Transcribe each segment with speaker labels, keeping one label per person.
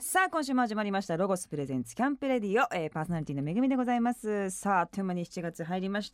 Speaker 1: さあ今週も始まりましたロゴスプレゼンツキャンプレディオ、パーソナリティのめぐみでございます。さああっという間に7月入りました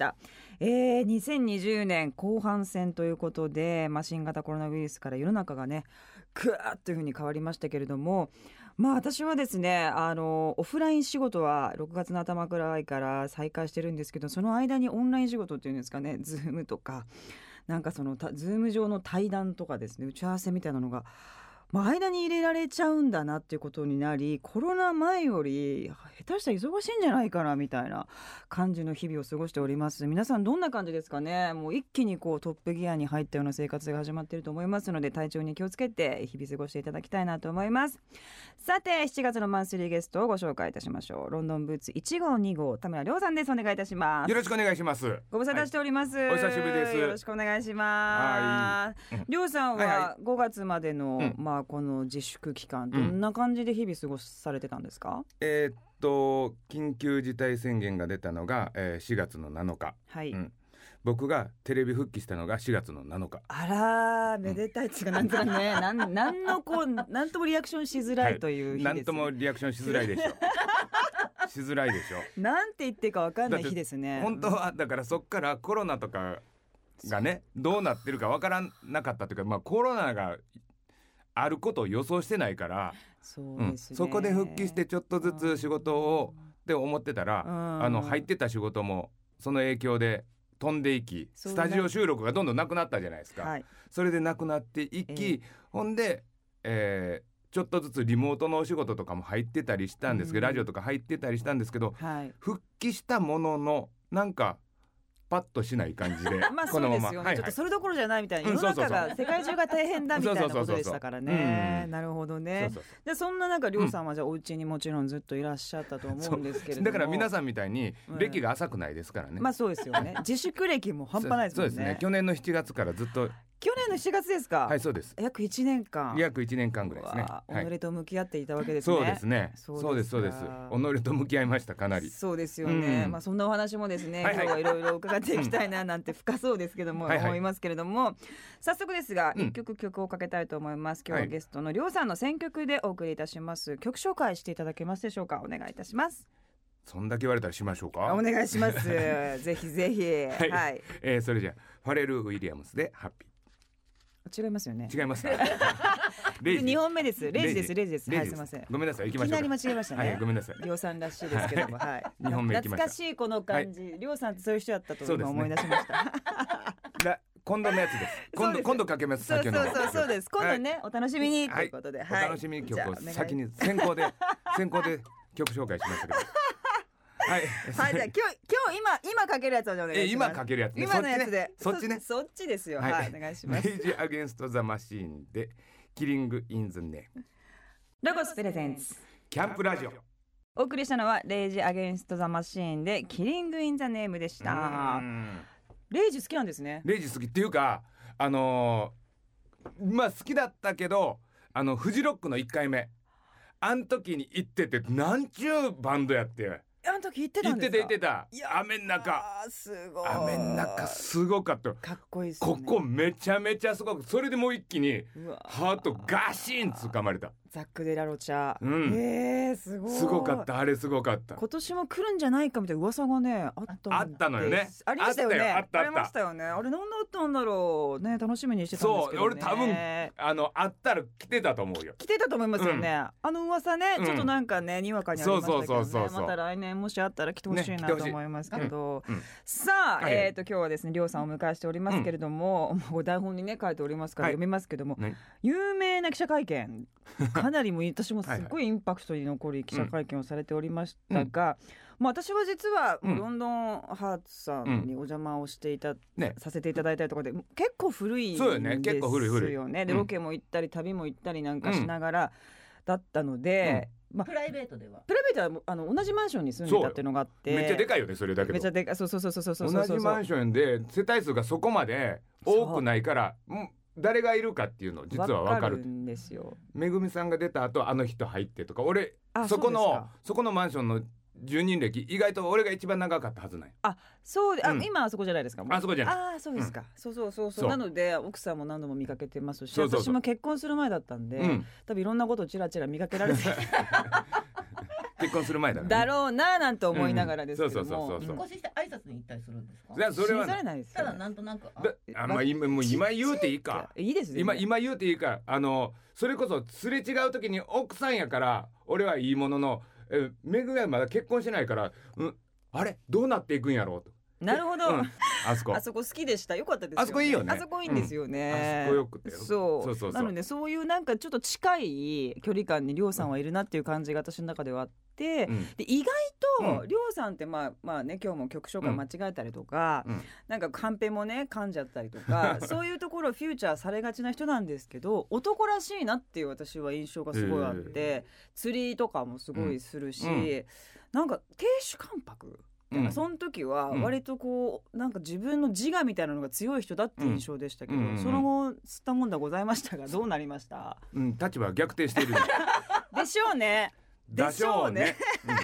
Speaker 1: 。2020年後半戦ということで、新型コロナウイルスから世の中がねぐわーっというふうに変わりましたけれども、私はですねオフライン仕事は6月の頭くらいから再開してるんですけど、その間にオンライン仕事っていうんですかね、ズームとかなんかそのズーム上の対談とかですね、打ち合わせみたいなのが間に入れられちゃうんだなっていうことになり、コロナ前より下手したら忙しいんじゃないかなみたいな感じの日々を過ごしております。皆さんどんな感じですかね。もう一気にトップギアに入ったような生活が始まっていると思いますので、体調に気をつけて日々過ごしていただきたいなと思います。さて7月のマンスリーゲストをご紹介いたしましょう。ロンドンブーツ1号2号田村亮さんです。お願いいたします。
Speaker 2: よろしくお願いします。
Speaker 1: ご無沙汰しております、
Speaker 2: お久しぶりです。
Speaker 1: よろしくお願いします。亮さんは5月までの、この自粛期間どんな感じで日々過ごされてたんですか？
Speaker 2: 緊急事態宣言が出たのが、4月の7日、僕がテレビ復帰したのが4月の7日。
Speaker 1: あらめでたいですが、なんとかねなんともリアクションしづらいという日です、
Speaker 2: なんともリアクションしづらいでしょしづらいでしょ。
Speaker 1: なんて言ってか分かんない日ですね。
Speaker 2: 本当はだからそっからコロナとかがねどうなってるか分からなかったというか、コロナがあることを予想してないから、
Speaker 1: そうですね、
Speaker 2: そこで復帰してちょっとずつ仕事をって思ってたら、入ってた仕事もその影響で飛んでいき、スタジオ収録がどんどんなくなったじゃないですか、それでなくなっていき、ほんで、ちょっとずつリモートのお仕事とかも入ってたりしたんですけど、ラジオとか入ってたりしたんですけど、復帰したもののなんかパッとしない感じでこのまま、
Speaker 1: そうですよね、ちょっとそれどころじゃないみたいな、世の中が世界中が大変だみたいなことでしたからね。なるほどね。でそんな中亮さんはじゃあお家にもちろんずっといらっしゃったと思うんですけれども、
Speaker 2: だから皆さんみたいに歴が浅くないですからね。
Speaker 1: そうですよね自粛歴も半端ないですもんね。
Speaker 2: そうですね、去年の7月からずっと。
Speaker 1: 去年の7月ですか？
Speaker 2: はい、そうです。
Speaker 1: 約1年間
Speaker 2: ぐらいですね。
Speaker 1: 己と向き合っていたわけですね。
Speaker 2: そうですね。そうです己と向き合いました、かなり。
Speaker 1: そうですよね、そんなお話もですね、今日はいろいろ伺っていきたいななんて深そうですけども思いますけれども、早速ですが一曲曲をかけたいと思います。今日はゲストの亮さんの選曲でお送りいたします。曲紹介していただけますでしょうか？お願いいたします。
Speaker 2: そんだけ言われたらしましょうか？
Speaker 1: お願いしますぜひぜひ。
Speaker 2: それじゃファレル・ウィリアムスでハッピー。
Speaker 1: 違いますよね。
Speaker 2: 違います
Speaker 1: 2本目です。レイジです。はい、すみません。
Speaker 2: ごめんなさい、行きましょう。
Speaker 1: いきなり間違えましたね。
Speaker 2: ごめんなさい。
Speaker 1: 亮さんらしいですけども、
Speaker 2: 2本目行きました。
Speaker 1: 懐かしいこの感じ。亮さんってそういう人だったと今思い出しました。
Speaker 2: 今度のやつです。今度かけます。
Speaker 1: そうです。今度ね、お楽しみにということで、
Speaker 2: お楽しみに曲を先に先行で曲紹介しましたけど。
Speaker 1: じゃあ今かけるやつをお願いします。
Speaker 2: 今かけるやつね。
Speaker 1: 今のやつで。
Speaker 2: そっちね。
Speaker 1: そっちですよ。お願いします。
Speaker 2: レイジアゲンストザマシーンでキリングインズネーム。
Speaker 1: ロゴスプレゼンツ
Speaker 2: キャンプラジオ。
Speaker 1: お送りしたのはレイジアゲンストザマシーンでキリングインザネームでした。レイジ好きなんですね。
Speaker 2: レイジ好きっていうか好きだったけどフジロックの1回目あん時に行ってて、なんちゅうバンドやって。
Speaker 1: あの時行ってたんですか？
Speaker 2: 行ってた。雨の中
Speaker 1: すごい。
Speaker 2: 雨の中すごかった。
Speaker 1: かっこいいですね。
Speaker 2: ここめちゃめちゃすごく、それでもう一気にハートガシン掴まれた。
Speaker 1: ザック・デ・ラ・ロチャ。すごい。
Speaker 2: すごかった。あれすごかった。
Speaker 1: 今年も来るんじゃないかみたいな噂がねあったのよね。ありましたよね。ありましたよね。あれ何だったんだろうね。楽しみにしてたんですけどね。
Speaker 2: そう、俺多分あったら来てたと思うよ。
Speaker 1: 来てたと思いますよね。噂ね、ちょっとなんかねにわかにありましたけどね。また来年もしあったら来てほしいなと思いますけど。さあ今日はですね亮さんをお迎えしておりますけれども、台本にね書いておりますから読みますけども、有名な記者会見かなりも私もすごいインパクトに残る記者会見をされておりましたが、私は実はロンドンハーツさんにお邪魔をしてさせていただいたりとかで結構古いんですよね。結構古いでロケも行ったり旅も行ったりなんかしながらだったので、
Speaker 3: プライベートは
Speaker 1: 同じマンションに住んでたっていうのがあって、
Speaker 2: めっちゃでかいよね。それだけど
Speaker 1: めっちゃでかい。そう同じ
Speaker 2: マンションで世帯数がそこまで多くないから誰がいるかっていうの実は分かる
Speaker 1: んですよ。
Speaker 2: めぐみさんが出た後あの人入ってとか、俺そこのマンションの住人歴意外と俺が一番長かったはずない。
Speaker 1: あ、そうで、今あそこじゃないですか。
Speaker 2: あそこじゃない。
Speaker 1: あ、そうですか、そうなので奥さんも何度も見かけてますし、私も結婚する前だったんで、多分いろんなことをちらちら見かけられて
Speaker 2: 結婚する前だから、
Speaker 1: だろうななんて思いながらですけども、
Speaker 3: 引っ越しして挨拶に行ったりするんですか？
Speaker 2: いや、それは
Speaker 1: 信じられないですよ、
Speaker 3: ただなんとなく
Speaker 2: もう今言うていいか。
Speaker 1: いいですね。
Speaker 2: 今言うていいか。それこそすれ違う時に奥さんやから俺はいいものの、めぐみはまだ結婚してないから、あれどうなっていくんやろうと。
Speaker 1: なるほど、
Speaker 2: あそこ
Speaker 1: 好きでした。よかったですよね。
Speaker 2: あそこいいよね。
Speaker 1: あそこいいんですよね、
Speaker 2: あそこよくて。
Speaker 1: そうなので、そういうなんかちょっと近い距離感にりょうさんはいるなっていう感じが私の中ではあって、で意外とりょうさんってまあね、今日も曲紹介間違えたりとか、なんかカンペもね噛んじゃったりとかそういうところをフューチャーされがちな人なんですけど、男らしいなっていう私は印象がすごいあって、釣りとかもすごいするし、なんか亭主関白、その時は割とこうなんか自分の自我みたいなのが強い人だって印象でしたけど、その後吸ったもんでございましたが、どうなりました？
Speaker 2: 立場逆転している
Speaker 1: でしょうね。
Speaker 2: でしょうね。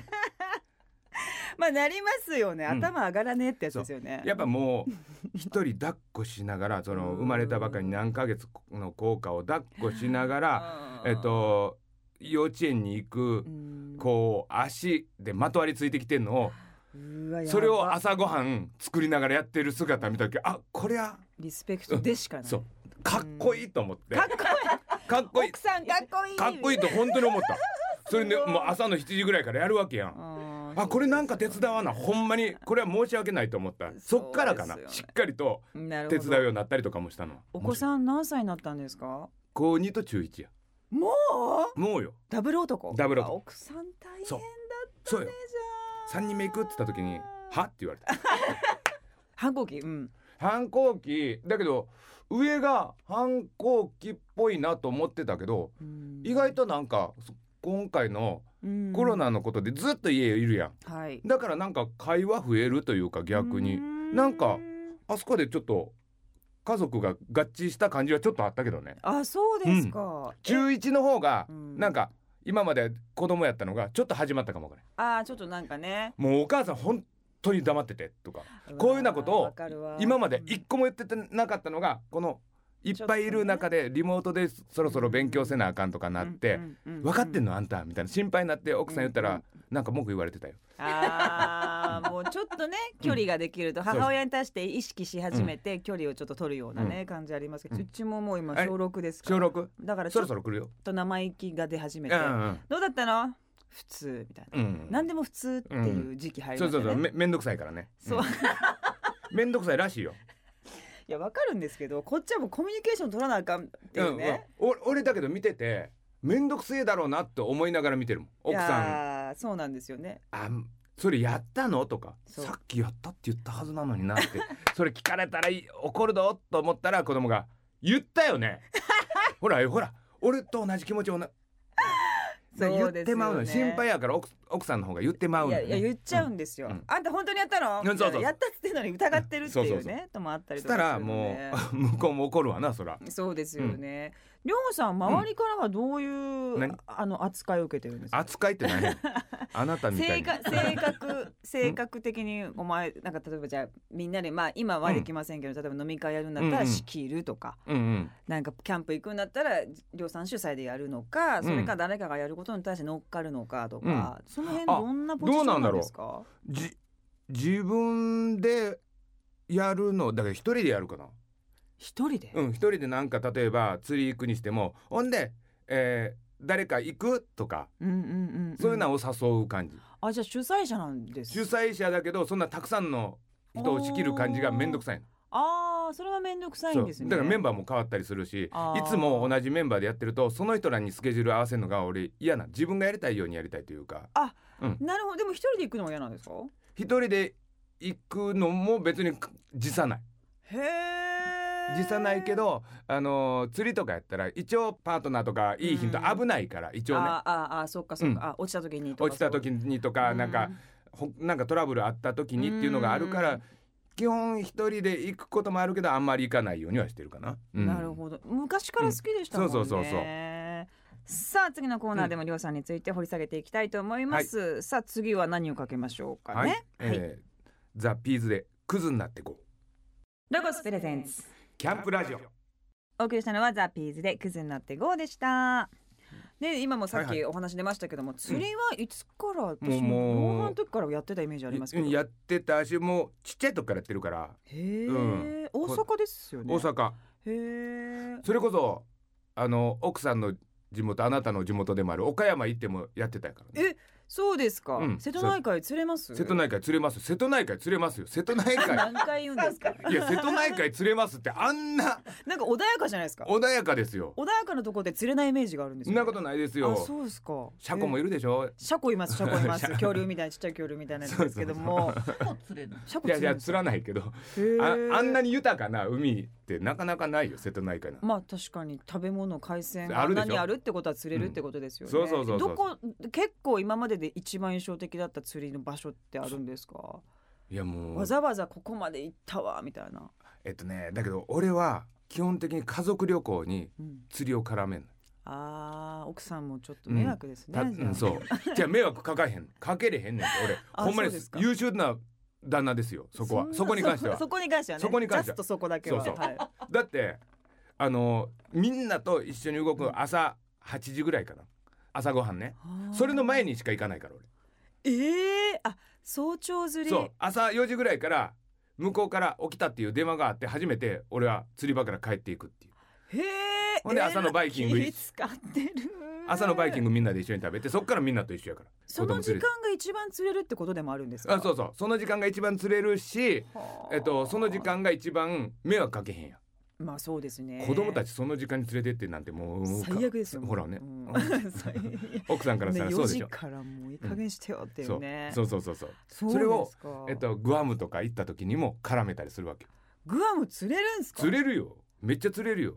Speaker 1: まあなりますよね。頭上がらねえってやつですよね。
Speaker 2: やっぱもう一人抱っこしながら、その生まれたばかり何ヶ月の子を抱っこしながら幼稚園に行くこう足でまとわりついてきてんのを、それを朝ごはん作りながらやってる姿見た時、あ、これは
Speaker 1: リスペクトでしかない。
Speaker 2: そう、かっこいいと思って、かっこいい
Speaker 1: 奥さんかっこいい、
Speaker 2: かっこいいと本当に思った。それでもう朝の7時ぐらいからやるわけやん。これなんか手伝わな、ほんまにこれは申し訳ないと思った。そっからかな、しっかりと手伝うようになったりとかもしたの。
Speaker 1: お子さん何歳になったんですか？
Speaker 2: 高2と中1や。
Speaker 1: もう
Speaker 2: よ。
Speaker 1: ダブル男。奥さん大変だったね。
Speaker 2: じゃあ3人目行くって言った時にはって言われた。
Speaker 1: 反抗期。
Speaker 2: 反抗期だけど上が反抗期っぽいなと思ってたけど、意外となんか今回のコロナのことでずっと家いるやん、だからなんか会話増えるというか、逆になんかあそこでちょっと家族が合致した感じはちょっとあったけどね。
Speaker 1: あ、そうですか。
Speaker 2: 中1の方がなんか今まで子供やったのがちょっと始まったかもわからない。
Speaker 1: ちょっとなんかね、
Speaker 2: もうお母さん本当に黙っててとか、こういうようなことを今まで一個も言ってなかったのが、このいっぱいいる中でリモートでそろそろ勉強せなあかんとかなって、分かってんのあんたみたいな心配になって、奥さん言ったらなんか文句言われてたよ。
Speaker 1: もうちょっとね距離ができると母親に対して意識し始めて距離をちょっと取るようなね感じありますけど、うちももう今小6ですから。
Speaker 2: 小 6
Speaker 1: だから
Speaker 2: そろそろ来るよ
Speaker 1: と生意気が出始めて、どうだったの普通みたいな、何でも普通っていう時期入りましたね。
Speaker 2: そうめんどくさいからね。めんどくさいらしいよ。
Speaker 1: いやわかるんですけど、こっちはもうコミュニケーション取らなあかんっていうね。
Speaker 2: 俺だけど見ててめんどくせえだろうなって思いながら見てるもん、奥さ
Speaker 1: ん。そうなんですよね。
Speaker 2: それやったのとか、さっきやったって言ったはずなのになってそれ聞かれたら怒るぞと思ったら子供が言ったよねほら俺と同じ気持ちを言ってまうの、心配やから奥さんの方が言ってまうの、
Speaker 1: いや言っちゃうんですよ。あんた本当にやったの？やったって言ってのに疑ってるっていうねともあったりとか。
Speaker 2: したらもう向こうも怒るわな、そら。
Speaker 1: そうですよね。りょうさん周りからはどういう扱いを受けてるんですか？
Speaker 2: 扱いって何？あなたみたいに
Speaker 1: 性格的にお前なんか例えばじゃあみんなで今はできませんけど、例えば飲み会やるんだったら仕切るとか、なんかキャンプ行くんだったらりょうさん主催でやるのか、それか誰かがやることに対して乗っかるのかとか、その辺どんなポジションなんですか？
Speaker 2: 自分でやるのだから一人でやるかな。
Speaker 1: 一人で？
Speaker 2: 一人でなんか例えば釣り行くにしても、ほんで、誰か行くとか、そういうのを誘う感じ。
Speaker 1: じゃあ主催者なんです。
Speaker 2: 主催者だけどそんなたくさんの人を仕切る感じがめんどくさいの。
Speaker 1: それはめんどくさいんですね。
Speaker 2: だからメンバーも変わったりするし、いつも同じメンバーでやってるとその人らにスケジュール合わせるのが俺嫌な、自分がやりたいようにやりたいというか。
Speaker 1: なるほど。でも一人で行くのも嫌なんですか？
Speaker 2: 一人で行くのも別に辞さない。辞さないけど、釣りとかやったら一応パートナーとかいいヒント危ないから、一応ね。
Speaker 1: そっかそっか。落ちた時にとかなんかトラブルあった時にっていうのがあるから、基本一人で行くこともあるけどあんまり行かないようにはしてるかな。 なるほど。昔から好きでしたもんね。
Speaker 2: そう
Speaker 1: さあ次のコーナーでもりょうさんについて掘り下げていきたいと思います、さあ次は何をかけましょうかね。
Speaker 2: ザ・ピーズでクズになってこう。
Speaker 1: ロゴスプレゼンツ
Speaker 2: キャンプラジオ。
Speaker 1: お送りしたのはザ・ピーズでクズになってGOでした。で今もさっきお話出ましたけども、釣りはいつから私も後半の時からやってたイメージありますけど。
Speaker 2: やってたし、もうちっちゃい時からやってるから。
Speaker 1: へえ、大阪ですよね。
Speaker 2: 大阪。
Speaker 1: へえ。
Speaker 2: それこそ奥さんの地元、あなたの地元でもある岡山行ってもやってたからね。
Speaker 1: そうですか、瀬戸内海釣れます？
Speaker 2: 瀬戸内海釣れます。瀬戸内海釣れますよ。瀬戸内海
Speaker 1: 何回言うんですか？
Speaker 2: いや瀬戸内海釣れますってあんな
Speaker 1: なんか穏やかじゃないですか。
Speaker 2: 穏やかですよ。
Speaker 1: 穏やかなところで釣れないイメージがあるんですよ、
Speaker 2: そんなことないですよ。
Speaker 1: あ、そうですか。
Speaker 2: シャコもいるでしょ。
Speaker 1: シャコいます、シャコいます恐竜みたいな、ちっちゃい恐竜みたいなやつですけども。
Speaker 3: シャコ釣れる。
Speaker 2: いや釣らないけど、あんなに豊かな海ってなかなかないよ、瀬戸内海な。
Speaker 1: まあ確かに食べ物、海鮮があんなにあるってことは釣れるってことですよね。
Speaker 2: そう
Speaker 1: どこ結構今までで一番印象的だった釣りの場所ってあるんですか？
Speaker 2: いやもう
Speaker 1: わざわざここまで行ったわみたいな。
Speaker 2: だけど俺は基本的に家族旅行に釣りを絡めんの。
Speaker 1: 奥さんもちょっと迷惑ですね。
Speaker 2: そうじゃあ迷惑かけれへんねんって俺ほんまに優秀な旦那ですよ。そこに関しては
Speaker 1: そこに関してはね、ジャストそこだけは。
Speaker 2: だってみんなと一緒に動く朝8時ぐらいかな、朝ごはんね。それの前にしか行かないから俺。
Speaker 1: 早朝釣り。
Speaker 2: そう、朝4時ぐらいから向こうから起きたっていう電話があって初めて俺は釣り場から帰っていくっていう。
Speaker 1: へえ。
Speaker 2: ほんで朝のバイキング
Speaker 1: 使ってる。
Speaker 2: 朝のバイキングみんなで一緒に食べて、そっからみんなと一緒やから。
Speaker 1: その時間が一番釣れるってことでもあるんですか？
Speaker 2: そうそう、その時間が一番釣れるし、その時間が一番迷惑かけへんや。
Speaker 1: まあそうですね。
Speaker 2: 子供たちその時間に連れてってなんてもう
Speaker 1: 最悪ですよ。
Speaker 2: ほらね、奥さんからしたらそうでしょ。
Speaker 1: 4時からもういい加減してよっていうね。
Speaker 2: そうそれをグアムとか行った時にも絡めたりするわけ。
Speaker 1: グアム釣れるんすか？
Speaker 2: 釣れるよ、めっちゃ釣れるよ。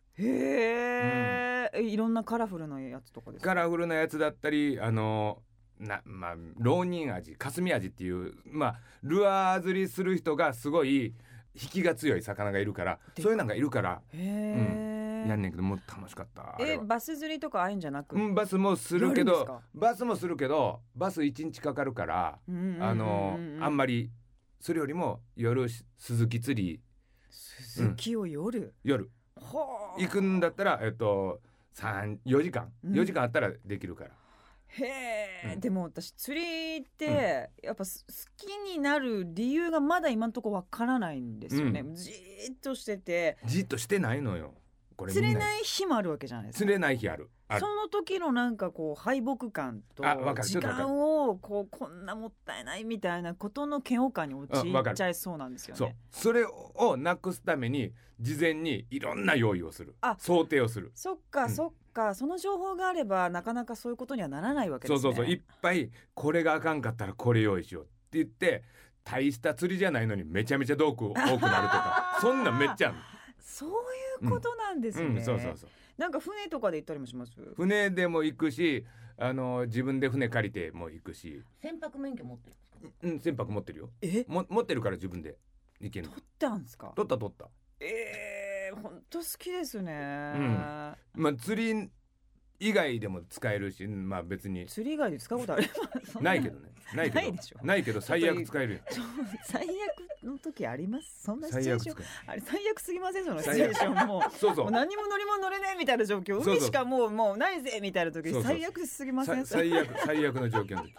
Speaker 1: へえ、いろんなカラフルなやつとかですか？
Speaker 2: カラフルなやつだったり浪人アジ、霞アジっていうルアー釣りする人がすごい引きが強い魚がいるから、そういうのがいるからやんねんけど、もう楽しかった。
Speaker 1: バス釣りとかああいうんじゃなく、
Speaker 2: バスもするけどバス1日かかるから、あんまりそれよりも夜鈴木釣り、
Speaker 1: 鈴木を夜
Speaker 2: 行くんだったら4時間あったらできるから。
Speaker 1: でも私釣りってやっぱ好きになる理由がまだ今のところわからないんですよね、じーっとしてて。
Speaker 2: じっとしてないのよ。これ
Speaker 1: 釣れない日もあるわけじゃないですか。
Speaker 2: 釣れない日ある。
Speaker 1: その時のなんかこう敗北感と時間をこんなもったいないみたいなことの嫌悪感に陥っちゃいそうなんですよね。
Speaker 2: それをなくすために事前にいろんな用意をする、想定をする。
Speaker 1: そっか、その情報があればなかなかそういうことにはならないわけですね。
Speaker 2: そういっぱいこれがあかんかったらこれ用意しようって言って、大した釣りじゃないのにめちゃめちゃ多くなるとかそんなんめっちゃある。
Speaker 1: そういうことなんですね。
Speaker 2: そう
Speaker 1: なんか船とかで行ったりもします？
Speaker 2: 船でも行くし、自分で船借りても行くし。
Speaker 3: 船舶免許持って
Speaker 2: る？船舶持ってるよ。持ってるから自分で行ける。
Speaker 1: 取ったんですか？
Speaker 2: 取った。
Speaker 1: 本当好きですね。
Speaker 2: 釣り以外でも使えるし、別に
Speaker 1: 釣り以外で使うことあります？
Speaker 2: ないけどね。ないけど最悪使えるよ。
Speaker 1: 最悪の時あります？そんなシチュ
Speaker 2: 最悪
Speaker 1: エーションあれ最悪すぎません？そのシチュエーションもう何も乗り物乗れねえみたいな状況、海しかもうないぜみたいな時最悪すぎません？
Speaker 2: 最悪の状況の時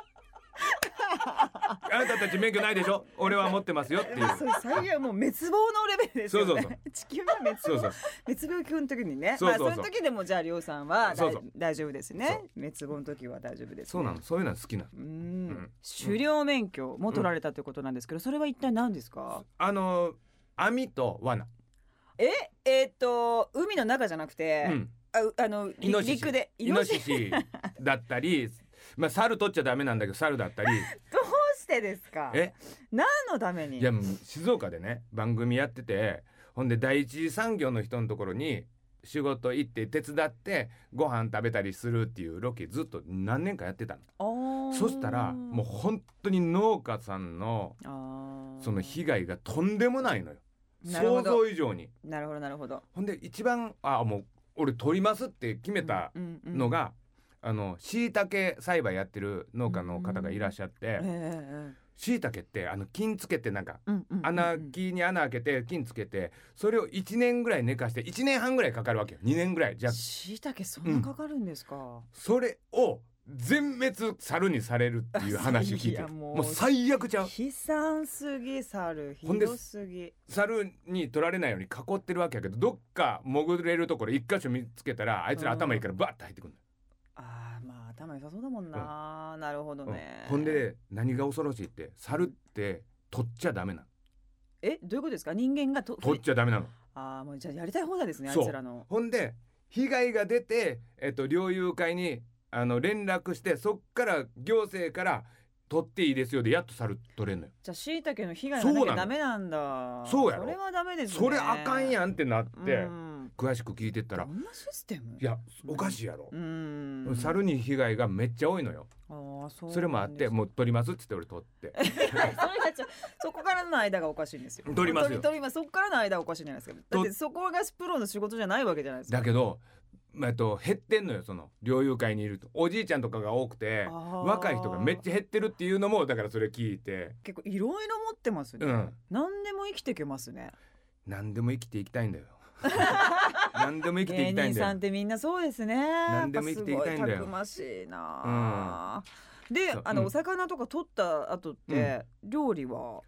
Speaker 2: あなたたち免許ないでしょ、俺は持ってますよっていう。
Speaker 1: 最悪もう滅亡のレベルですよね。地球が滅亡級の時にね。そういう時でもじゃありょうさんは大丈夫ですね。滅亡の時は大丈夫です。
Speaker 2: そうなの、そういうのは好きな
Speaker 1: の。狩猟免許も取られたということなんですけど、それは一体何ですか？
Speaker 2: 網と罠。
Speaker 1: 海の中じゃなくて、陸で
Speaker 2: イノシシだったり猿取っちゃダメなんだけど猿だったり。
Speaker 1: どうしてですか？何のために？
Speaker 2: いや静岡でね番組やってて、ほんで第一次産業の人のところに仕事行って手伝ってご飯食べたりするっていうロケずっと何年かやってたの。そしたらもう本当に農家さんのその被害がとんでもないのよ。想像以上に。
Speaker 1: なるほど。
Speaker 2: ほんで一番もう俺取りますって決めたのが、椎茸栽培やってる農家の方がいらっしゃって、椎茸って菌つけてなんか、木に穴開けて菌つけて、それを1年ぐらい寝かして1年半ぐらいかかるわけよ。2年ぐらいじゃ。
Speaker 1: 椎茸そんなかかるんですか。
Speaker 2: それを全滅猿にされるっていう話聞いて、もう最悪ちゃう。
Speaker 1: 悲惨すぎ、猿ひどすぎ。
Speaker 2: 猿に取られないように囲ってるわけやけど、どっか潜れるところ一箇所見つけたらあいつら頭いいからバッと入ってくるんだよ。
Speaker 1: まあ頭良さそうだもんな、なるほどね。
Speaker 2: ほんで何が恐ろしいって、猿って取っちゃダメなの。
Speaker 1: どういうことですか。人間が
Speaker 2: 取っちゃダメな
Speaker 1: の。もうじゃあやりたい放題ですね、あいつらの。
Speaker 2: ほんで被害が出て、猟友会に連絡して、そっから行政から取っていいですよでやっと猿取れんのよ。
Speaker 1: じゃあ椎茸の被害がなきゃダメなんだ。
Speaker 2: そうやろ。
Speaker 1: それはダメですね。
Speaker 2: それあかんやんってなって、詳しく聞いてったら、
Speaker 1: どんなシステム。
Speaker 2: いやおかしいやろ。猿に被害がめっちゃ多いのよ。それもあって、もう取りますって言って俺取って
Speaker 1: そこからの間がおかしいんですよ。
Speaker 2: 取りますよ。
Speaker 1: そこからの間がおかしいじゃないですか。だってそこがプロの仕事じゃないわけじゃないですか。
Speaker 2: だけど減ってんのよ、その猟友会にいると。おじいちゃんとかが多くて若い人がめっちゃ減ってるっていうのも、だからそれ聞いて
Speaker 1: 結構いろいろ持ってますね。何でも生きていけますね。
Speaker 2: 何でも生きていきたいんだよ何でも生きていきたいんだよ。
Speaker 1: 芸人さんってみんなそうですね。
Speaker 2: 何でも生きていきたいんだよ。
Speaker 1: たくましいな。でお魚とか取った後って料理は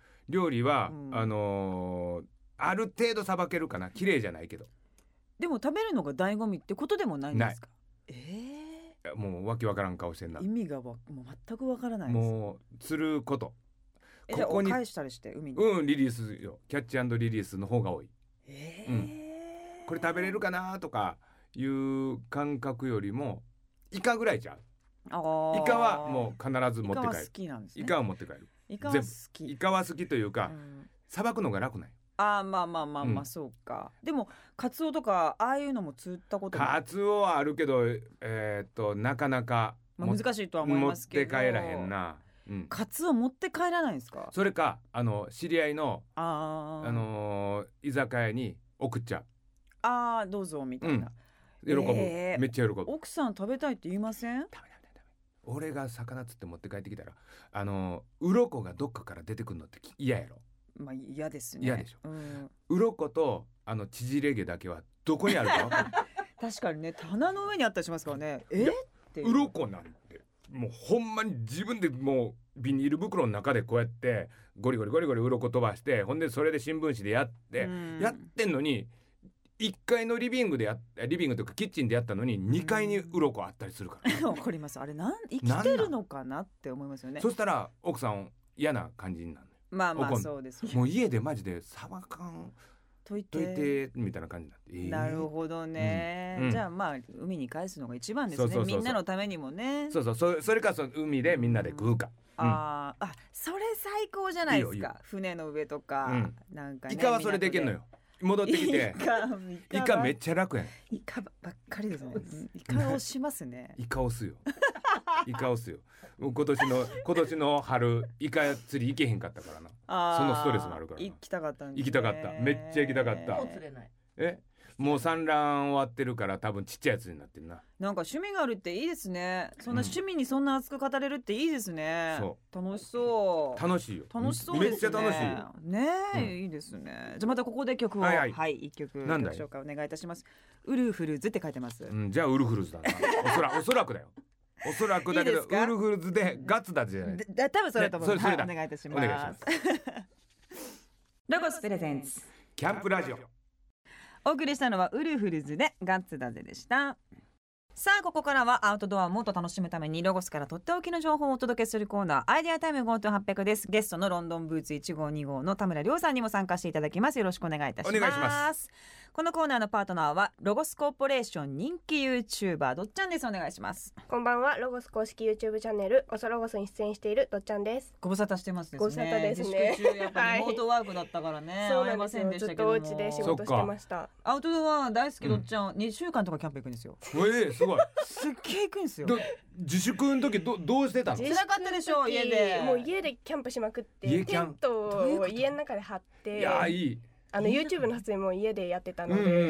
Speaker 2: ある程度さばけるかな。綺麗じゃないけど。
Speaker 1: でも食べるのが醍醐味ってことでもないんですか。
Speaker 2: もうわけわからん顔してんな。
Speaker 1: 意味がもう全くわからないです。
Speaker 2: もう釣ること、
Speaker 1: ここに返したりして海に
Speaker 2: リリースよ。キャッチ&リリースの方が多い。これ食べれるかなとかいう感覚よりもイカぐらいじゃん。イカはもう必ず持って帰る。イカは好
Speaker 1: きなんですね。
Speaker 2: イカは持って帰る。
Speaker 1: イカは好き。
Speaker 2: イカは好きというか、さばくのが楽ない。
Speaker 1: まあそうか。でもカツオとかああいうのも釣ったことも。
Speaker 2: カツオはあるけどなかなか
Speaker 1: 難しいとは思いますけど、
Speaker 2: 持って帰らへんな。
Speaker 1: カツオ持って帰らないんですか。
Speaker 2: それか知り合いの居酒屋に送っちゃう。
Speaker 1: どうぞみたいな。
Speaker 2: 喜ぶ。めっちゃ喜ぶ。
Speaker 1: 奥さん食べたいって言いません。
Speaker 2: 俺が魚釣って持って帰ってきたら鱗がどっかから出てくるのって嫌やろ。
Speaker 1: 嫌ですね。
Speaker 2: 嫌でしょ。鱗と縮れ毛だけはどこにあるか分かる
Speaker 1: 確かにね、棚の上にあったりしますからね。
Speaker 2: 鱗なんてもうほんまに自分でもうビニール袋の中でこうやってゴリゴリ鱗飛ばして、ほんでそれで新聞紙でやってんのに、1階のリビングというかキッチンでやったのに2階に鱗あったりするから
Speaker 1: わかります。あれ生きてるのかなって思いますよね。
Speaker 2: そしたら奥さん嫌な感じになる。
Speaker 1: そうです。
Speaker 2: もう家でマジでサバ缶といてみたいな感じになって。
Speaker 1: なるほどね。じゃあ海に返すのが一番ですね。みんなのためにもね。
Speaker 2: それか海でみんなで食うか。
Speaker 1: それ最高じゃないですか。船の上とかなんかね。
Speaker 2: イカはそれできんのよ。戻ってきてイカめっちゃ楽やん。
Speaker 1: イカばっかりですね。イカ押しますね。
Speaker 2: イカ押すよ。今年の春イカ釣り行けへんかったからな。そのストレスもあるからな。
Speaker 1: 行きたかったんですね。
Speaker 2: 行きたかった。めっちゃ行きたかった。
Speaker 3: もう釣れない。
Speaker 2: もう産卵終わってるから多分ちっちゃいやつになってるな。
Speaker 1: なんか趣味があるっていいですね。そんな趣味にそんな熱く語れるっていいですね。楽しそう。
Speaker 2: 楽しいよ。
Speaker 1: 楽しそうですね。
Speaker 2: めっちゃ楽しいよ
Speaker 1: ね。いいですね。じゃあまたここで曲を一曲ご紹介お願いいたします。ウルフルズって書いてます。
Speaker 2: じゃあウルフルズだな。おそらくだよ。おそらくだけどウルフルズでガッツだじゃない。
Speaker 1: 多分それだと思います。お願いいたします。
Speaker 2: お願いします。
Speaker 1: ロゴスプレゼンツ
Speaker 2: キャンプラジオ。
Speaker 1: お送りしたのはウルフルズでガッツだぜでした。さあここからはアウトドアをもっと楽しむためにロゴスからとっておきの情報をお届けするコーナー、アイデアタイム GoTo800 です。ゲストのロンドンブーツ1号2号の田村亮さんにも参加していただきます。よろしくお願いいたします。
Speaker 2: お願いします。
Speaker 1: このコーナーのパートナーはロゴスコーポレーション人気 YouTuber どっちゃんです。お願いします。
Speaker 4: こんばんは。ロゴス公式 YouTube チャンネルオソロゴスに出演しているどっちゃんです。
Speaker 1: ご無沙汰してますですね。
Speaker 4: ご無沙汰ですね。
Speaker 1: 自粛中やっぱりリモートワークだったからね、
Speaker 4: そうなんですよ。ずっとお家で仕事してました。
Speaker 1: アウトドア大好きどっちゃん、2週間とかキャンプ行くんですよ。
Speaker 2: すごい
Speaker 1: すっげえ行くんですよ。
Speaker 2: 自粛の時どうしてたの？
Speaker 1: 辛かったでしょ。家で
Speaker 4: もう家でキャンプしまくってテントを家の中で張って、
Speaker 2: いやいい
Speaker 4: YouTube の撮影も家でやってたので、3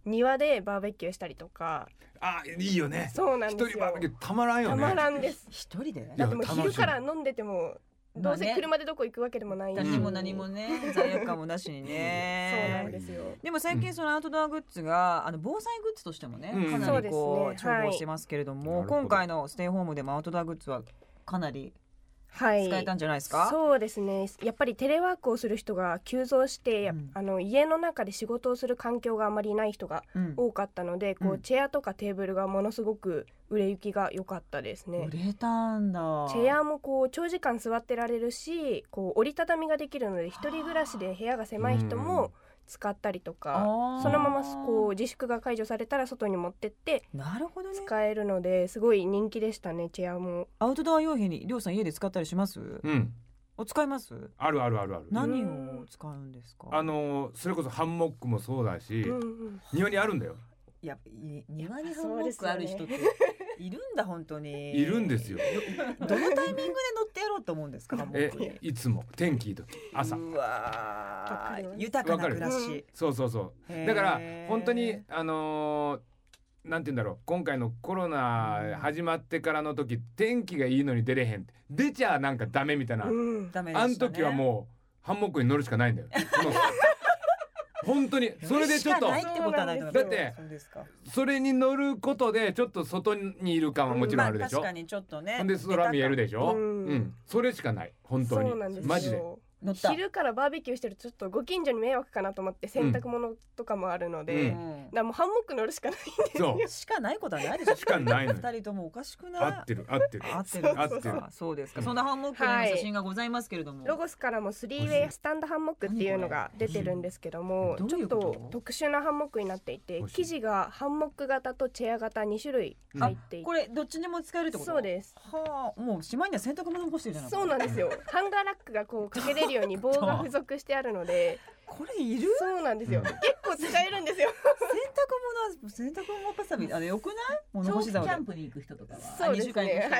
Speaker 4: 庭でバーベキューしたりとか。
Speaker 2: いいよね。
Speaker 4: そうなんですよ。
Speaker 2: 一人バーベキューたまらんよね。
Speaker 4: たまらんです。
Speaker 1: 一人で
Speaker 4: だってもう昼から飲んでてもどうせ車でどこ行くわけでもない、
Speaker 1: 何も何もね罪悪感もなしにね
Speaker 4: そうなんですよ。
Speaker 1: でも最近そのアウトドアグッズが防災グッズとしてもねかなりこう重宝してますけれども、今回のステイホームでもアウトドアグッズはかなり使えたんじゃないですか？
Speaker 4: そうですね。やっぱりテレワークをする人が急増して、家の中で仕事をする環境があまりない人が多かったので、こうチェアとかテーブルがものすごく売れ行きが良かったですね。
Speaker 1: 売れたんだ。
Speaker 4: チェアもこう長時間座ってられるし、こう折りたたみができるので一人暮らしで部屋が狭い人も使ったりとか、そのままこう自粛が解除されたら外に持ってって使えるので、すごい人気でしたね。チェアも。
Speaker 1: アウトドア用品にりょうさん家で使ったりします？使います？
Speaker 2: ある。
Speaker 1: 何を使うんですか？
Speaker 2: それこそハンモックもそうだし、庭にあるんだよ。
Speaker 1: いや、庭にハンモックある人っているんだ。本当に
Speaker 2: いるんですよ。
Speaker 1: どのタイミングで乗ってやろうと思うんですか？ハンモックに。
Speaker 2: いつも天気いい時、朝。
Speaker 1: うわ豊かな暮らし。
Speaker 2: そうだから本当になんて言うんだろう、今回のコロナ始まってからの時、天気がいいのに出れへん、出ちゃなんかダメみたいな、あの時はもうハンモックに乗るしかないんだよ。本当にそれでちょっとだってそれに乗ることでちょっと外にいる感はもちろんあるでしょ。
Speaker 1: 確かにちょっとね。
Speaker 2: ほんで空見えるでしょ。それしかない本当に。マジで。
Speaker 4: 昼からバーベキューしてるとちょっとご近所に迷惑かなと思って洗濯物とかもあるので、だからもうハンモック乗るしかないんですよ。
Speaker 1: しかないことはないでしょ。
Speaker 2: しかないの。
Speaker 1: 二人ともおかしくない？
Speaker 2: 合ってる。
Speaker 1: そうですか。そんなハンモックの写真がございますけれども、
Speaker 4: ロゴスからも3ウェイスタンドハンモックっていうのが出てるんですけども、ちょっと特殊なハンモックになっていて、生地がハンモック型とチェア型2種類入っていて、
Speaker 1: これどっちでも使えるってこと？
Speaker 4: そうです。
Speaker 1: もうしまいには洗濯物干してるじゃない。
Speaker 4: そうなんですよ。ハンガーラックがこうかけれるように棒が付属してあるので。
Speaker 1: これいる？
Speaker 4: そうなんですよ。結構使えるんですよ。
Speaker 1: 洗濯物ばさみよくない？
Speaker 3: 物干し竿でキャンプに行く人とかは
Speaker 4: そうですね。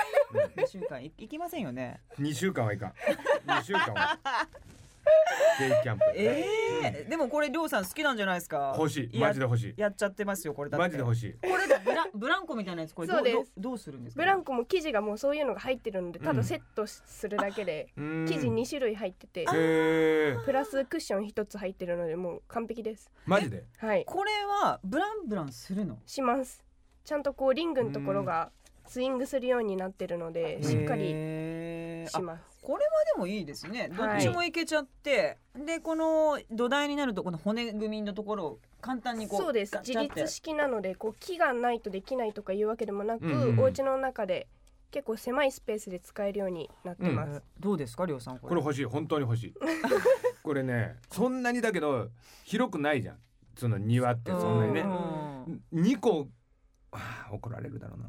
Speaker 1: 2週間行きませんよね。
Speaker 2: 2週間はいかん。2週間はデイキャンプ。
Speaker 1: でもこれりょうさん好きなんじゃないですか？
Speaker 2: 欲しい。マジで欲しい。
Speaker 1: やっちゃってますよこれ。だって
Speaker 2: マジで欲しい。
Speaker 1: これブランコみたいなやつ、これどうするんですか？
Speaker 4: ブランコも生地がもうそういうのが入ってるので、ただセットするだけで、生地2種類入ってて、プラスクッション1つ入ってるのでもう完璧です。
Speaker 2: マジで？
Speaker 4: はい。
Speaker 1: これはブランするの？
Speaker 4: します。ちゃんとこうリングのところがスイングするようになってるので、しっかりします。
Speaker 1: これはでもいいですね。どっちもいけちゃって、でこの土台になるとこの骨組みのところを簡単にこう。
Speaker 4: そうです。自立式なのでこう木がないとできないとかいうわけでもなく、お家の中で結構狭いスペースで使えるようになってます。
Speaker 1: どうですかりょうさん？
Speaker 2: これ欲しい。本当に欲しい。これね、そんなにだけど広くないじゃん。その庭ってそんなにね。2個怒られるだろうな。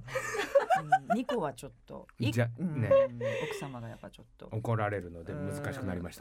Speaker 1: 2個はちょっと
Speaker 2: じゃね、
Speaker 1: 奥様がやっぱちょっと
Speaker 2: 怒られるので難しくなりました。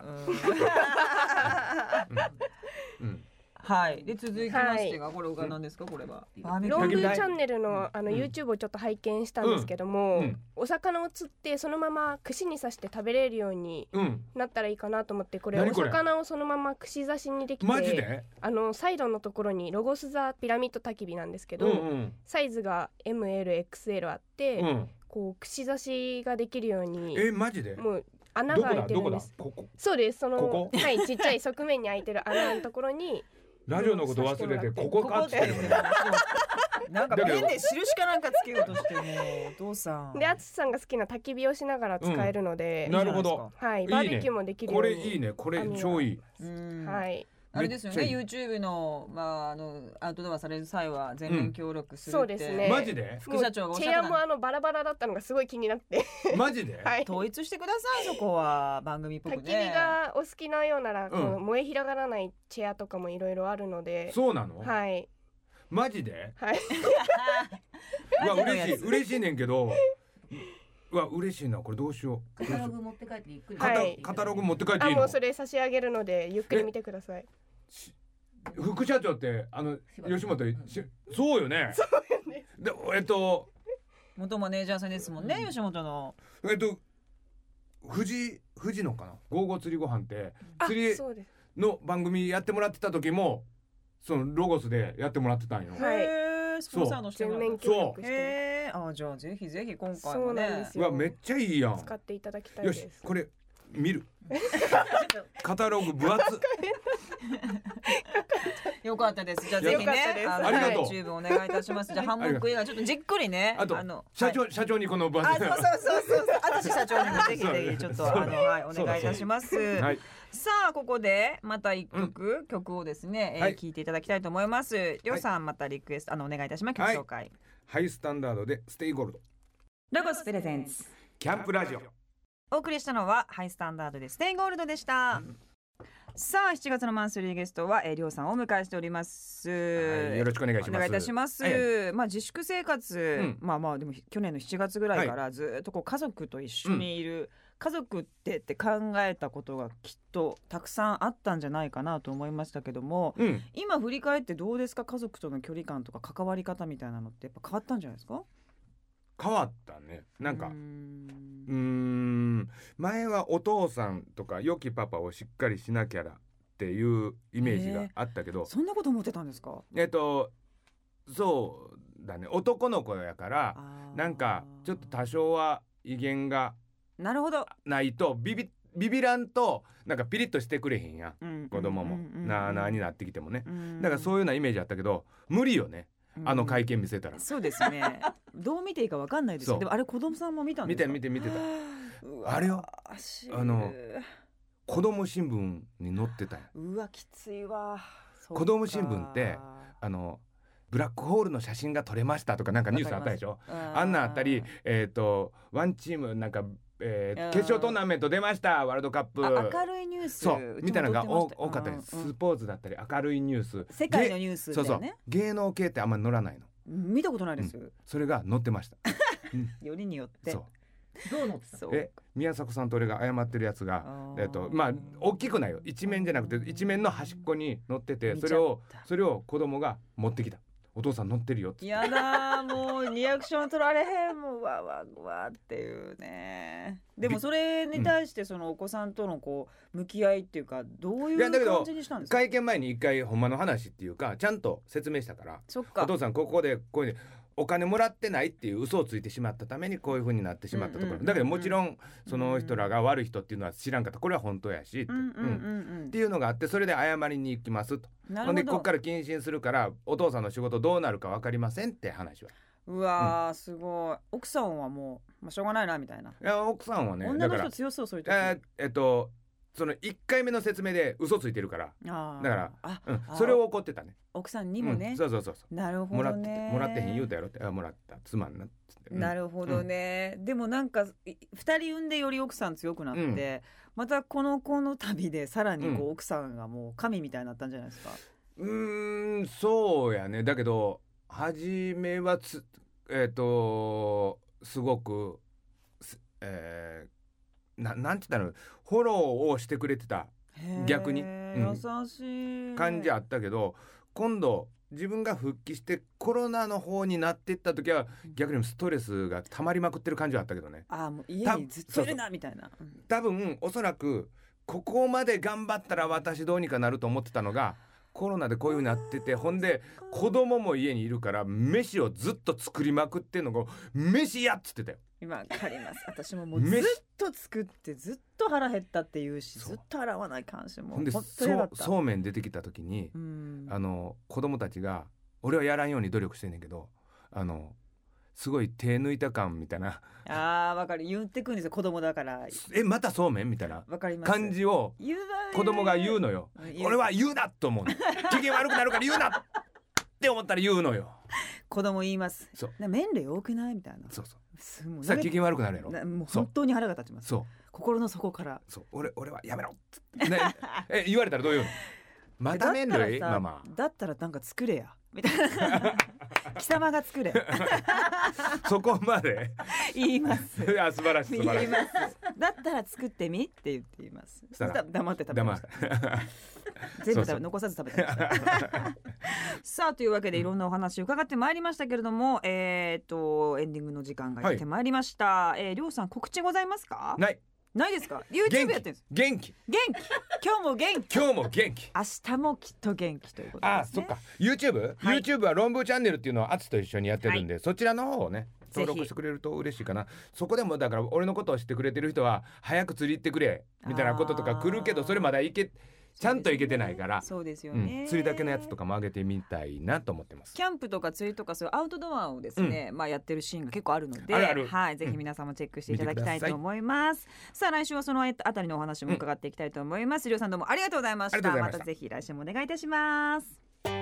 Speaker 1: はい。で続きましてがこれが何ですか？これは
Speaker 4: ロングチャンネルのYouTube をちょっと拝見したんですけども、お魚を釣ってそのまま串に刺して食べれるようになったらいいかなと思って、これお魚をそのまま串刺しにできて、
Speaker 2: マジで？
Speaker 4: サイドのところにロゴスザピラミッド焚き火なんですけど、サイズが ML、XL あって、こう串刺しができるように。
Speaker 2: マジで？
Speaker 4: もう穴が開いてるんです。そうです。そのはいちっちゃい側面に開いてる穴のところに。
Speaker 2: ラジオのこと忘れてここかって言ってるから
Speaker 1: なんかペンで印かなんかつけようとしてもお父さん
Speaker 4: で、あつさんが好きな焚き火をしながら使えるので、
Speaker 2: なるほど。
Speaker 4: はい、バーベキューもできるように。
Speaker 2: これいいね。これ超いい。
Speaker 4: はい。
Speaker 1: あれですよね、YouTube の、アウトドアされる際は全面協力するって、
Speaker 4: そうですね。
Speaker 2: マジで？
Speaker 1: 副社長がおっしゃってた。
Speaker 4: チェアもバラバラだったのがすごい気になって
Speaker 2: マジで？
Speaker 4: はい、
Speaker 1: 統一してください。そこは番組っぽくね。
Speaker 4: 焚き火がお好きなようなら、こう燃え広がらないチェアとかもいろいろあるので。
Speaker 2: そうなの？
Speaker 4: はい。
Speaker 2: マジで？
Speaker 4: はい
Speaker 2: 嬉しいねんけど、嬉しいな。これどうしよう。
Speaker 3: カタログ持って帰ってゆっくり。
Speaker 2: カタログ持って帰っていいの？
Speaker 4: もうそれ差し上げるのでゆっくり見てください。
Speaker 2: 副社長って吉本そうよね。
Speaker 4: そうよね。
Speaker 2: で
Speaker 1: 元マネージャーさんですもんね、吉本の。
Speaker 2: 富士のかな、ゴーゴー釣りご飯って釣りの番組やってもらってた時もそのロゴスでやってもらってたんよ。
Speaker 1: スポンサーの人
Speaker 4: 全面協力して。
Speaker 1: じゃあぜひぜひ今回
Speaker 4: そうなんですよ。
Speaker 2: うわめっちゃいいやん。
Speaker 4: 使っていただきたいです。
Speaker 2: よしこれ見る。カタログ分厚。
Speaker 1: よかったです。じゃあぜひね、
Speaker 2: ありがとう。
Speaker 1: チューブお願いいたします。じゃあハンモック映画ちょっとじっくりね。
Speaker 2: あと社長にこの分厚い。
Speaker 1: そう。私社長にもぜひぜひちょっとお願いいたします。さあここでまた一曲をですね聞いていただきたいと思います。りょうさんまたリクエストお願いいたします。曲紹介。
Speaker 2: ハイスタンダードでステイゴールド。
Speaker 1: ロゴスプレゼンツ
Speaker 2: キャンプラジオ。
Speaker 1: お送りしたのはハイスタンダードでステイゴールドでした。さあ7月のマンスリーゲストはりょうさんをお迎えしております。
Speaker 2: よろしくお願いします。
Speaker 1: お願いいたします。自粛生活、まあでも去年の7月ぐらいからずっとこう家族と一緒にいる、家族って考えたことがきっとたくさんあったんじゃないかなと思いましたけども、今振り返ってどうですか？家族との距離感とか関わり方みたいなのってやっぱ変わったんじゃないですか？
Speaker 2: 変わったね。なんか前はお父さんとか良きパパをしっかりしなきゃだっていうイメージがあったけど、
Speaker 1: そんなこと思ってたんですか？
Speaker 2: そうだね、男の子やからなんかちょっと多少は威厳が
Speaker 1: なるほど
Speaker 2: ないとビビらんとなんかピリッとしてくれへんや、子供もなあなあになってきてもね。だからそういうようなイメージあったけど無理よね、あの会見見せたら。
Speaker 1: そうですねどう見ていいか分かんないですよ。でもあれ子供さんも見たんですか？見て
Speaker 2: たあれよ、子供新聞に載ってたよ。
Speaker 1: うわきついわ。
Speaker 2: 子供新聞ってブラックホールの写真が撮れましたとかなんかニュースあったでしょ。あんなあったり、ワンチームなんか決勝トーナメント出ましたワールドカップ、
Speaker 1: 明るいニュース
Speaker 2: そうみたいなのが多かったです。スポーツだったり明るいニュース、
Speaker 1: 世界のニュースだよね。
Speaker 2: そう芸能系ってあんまり載らないの。
Speaker 1: 見たことないです、
Speaker 2: それが載ってました
Speaker 1: よりによって
Speaker 3: どう載ってた？
Speaker 2: 宮迫さんと俺が謝ってるやつがまあ大きくないよ、一面じゃなくて一面の端っこに載ってて、それを子供が持ってきた。お父さん乗ってるよって。
Speaker 1: やだもうリアクション取られへん、もうわっていうね。でもそれに対してそのお子さんとのこう向き合いっていうかどういう感じにしたんですか？
Speaker 2: 会見前に一回ほんまの話っていうかちゃんと説明したから、
Speaker 1: そっか、
Speaker 2: お父さんここでこういうお金もらってないっていう嘘をついてしまったためにこういう風になってしまったところ、だけどもちろんその人らが悪い人っていうのは知らんかった、これは本当やしっていうのがあって、それで謝りに行きますと。ほんでこっから謹慎するからお父さんの仕事どうなるか分かりませんって話は。
Speaker 1: うわー、すごい。奥さんはもう、しょうがないなみたいな。い
Speaker 2: や奥さんはね、
Speaker 1: 女の人強そう、そういう時。
Speaker 2: その1回目の説明で嘘ついてるから、だからそれを怒ってたね、
Speaker 1: 奥さんにもね。
Speaker 2: そう
Speaker 1: なるほどね。
Speaker 2: もらってへん言うたやろって、もらったつまんなっつって、
Speaker 1: なるほどね。でもなんか2人産んでより奥さん強くなって、またこの子の旅でさらにこう奥さんがもう神みたいになったんじゃないですか？
Speaker 2: そうやね。だけど初めはすごくなんて言ったの、フォローをしてくれてた、逆に、
Speaker 1: 優しい
Speaker 2: 感じあったけど、今度自分が復帰してコロナの方になっていった時は逆にストレスが溜まりまくってる感じはあったけどね。
Speaker 1: もう家にずっといるなみたいな。
Speaker 2: 多分おそらくここまで頑張ったら私どうにかなると思ってたのが、コロナでこういう風になってて、ほんで子供も家にいるから飯をずっと作りまくってんのが飯やっつってたよ。
Speaker 1: 今わかります。私もずっと作ってずっと腹減ったっていうし、ずっと洗わない関心も。
Speaker 2: ほんでそうめん出てきた時に子供たちが、俺はやらんように努力してんねんけど、すごい手抜いた感みたいな、
Speaker 1: わかる、言ってくるんですよ、子供だから。
Speaker 2: またそうめんみたいな感じを子供が言うのよ。俺は言うなと思う機嫌悪くなるから言うなって思ったら言うのよ。
Speaker 1: 子供言います。麺類多くないみたいな。
Speaker 2: さあ機嫌悪くなるやろ。
Speaker 1: もう本当に腹が立ちます。心の底から。
Speaker 2: 俺はやめろって言われたらどう言うの？また麺類ママ
Speaker 1: だったらなんか作れやみたいな貴様が作れ
Speaker 2: そこまで
Speaker 1: 言います。
Speaker 2: 素晴らしい
Speaker 1: 言います。だったら作ってみって言います。黙って食べました全部残さず食べてましたさあというわけでいろんなお話を伺ってまいりましたけれども、エンディングの時間がやってまいりました。りょうさん告知ございますか？
Speaker 2: ない。
Speaker 1: ないですか？ YouTube やってるんです。
Speaker 2: 元気
Speaker 1: 今日も元気
Speaker 2: 今日も元気、
Speaker 1: 明日もきっと元気ということですね。
Speaker 2: そっか YouTube、
Speaker 1: はい、
Speaker 2: YouTube は論文チャンネルっていうのをアツと一緒にやってるんで、そちらの方をね登録してくれると嬉しいかな。そこでもだから俺のことを知ってくれてる人は早く釣り行ってくれみたいなこととか来るけど、それまだちゃんと行けてないから、
Speaker 1: そうですよね、
Speaker 2: 釣りだけのやつとかも上げてみたいなと思ってます。
Speaker 1: キャンプとか釣りとかそういうアウトドアをですね、やってるシーンが結構あるので、はい、ぜひ皆さんもチェックしていただきたいと思います、さあ来週はそのあたりのお話も伺っていきたいと思います。りょうさんどうもありがとうございました。またぜひ来週もお願いいたします。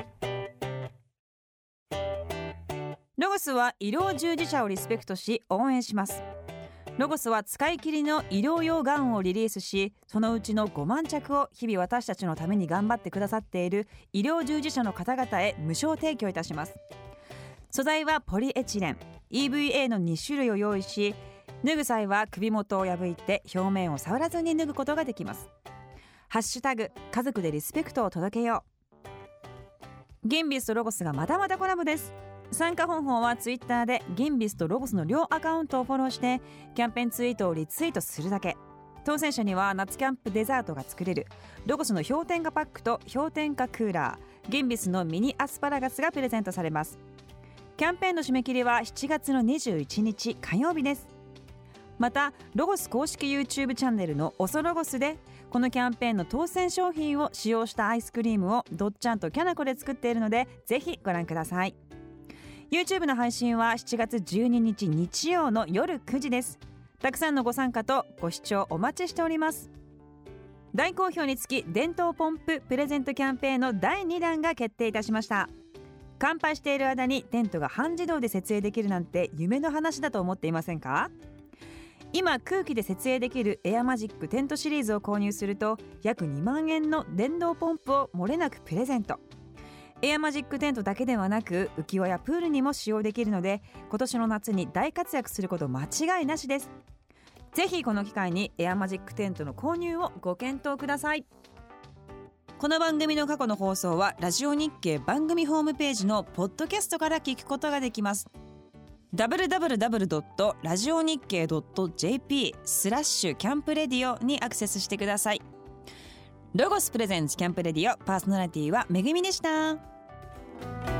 Speaker 1: ロゴスは医療従事者をリスペクトし応援します。ロゴスは使い切りの医療用ガウンをリリースし、そのうちの5万着を日々私たちのために頑張ってくださっている医療従事者の方々へ無償提供いたします。素材はポリエチレン EVA の2種類を用意し、脱ぐ際は首元を破いて表面を触らずに脱ぐことができます。ハッシュタグ家族でリスペクトを届けよう。ギンビスとロゴスがまだまだコラボです。参加方法はツイッターでギンビスとロゴスの両アカウントをフォローしてキャンペーンツイートをリツイートするだけ。当選者には夏キャンプデザートが作れるロゴスの氷点下パックと氷点下クーラー、ギンビスのミニアスパラガスがプレゼントされます。キャンペーンの締め切りは7月の21日火曜日です。またロゴス公式 YouTube チャンネルのオソロゴスでこのキャンペーンの当選商品を使用したアイスクリームをどっちゃんとキャナコで作っているのでぜひご覧ください。YouTube の配信は7月12日日曜の夜9時です。たくさんのご参加とご視聴お待ちしております。大好評につき電動ポンププレゼントキャンペーンの第2弾が決定いたしました。乾杯している間にテントが半自動で設営できるなんて夢の話だと思っていませんか？今空気で設営できるエアマジックテントシリーズを購入すると約2万円の電動ポンプを漏れなくプレゼント。エアマジックテントだけではなく浮き輪やプールにも使用できるので今年の夏に大活躍すること間違いなしです。ぜひこの機会にエアマジックテントの購入をご検討ください。この番組の過去の放送はラジオ日経番組ホームページのポッドキャストから聞くことができます。www.radionickei.jp/キャンプレディオにアクセスしてください。ロゴスプレゼンツキャンプレディオ、パーソナリティはめぐみでした。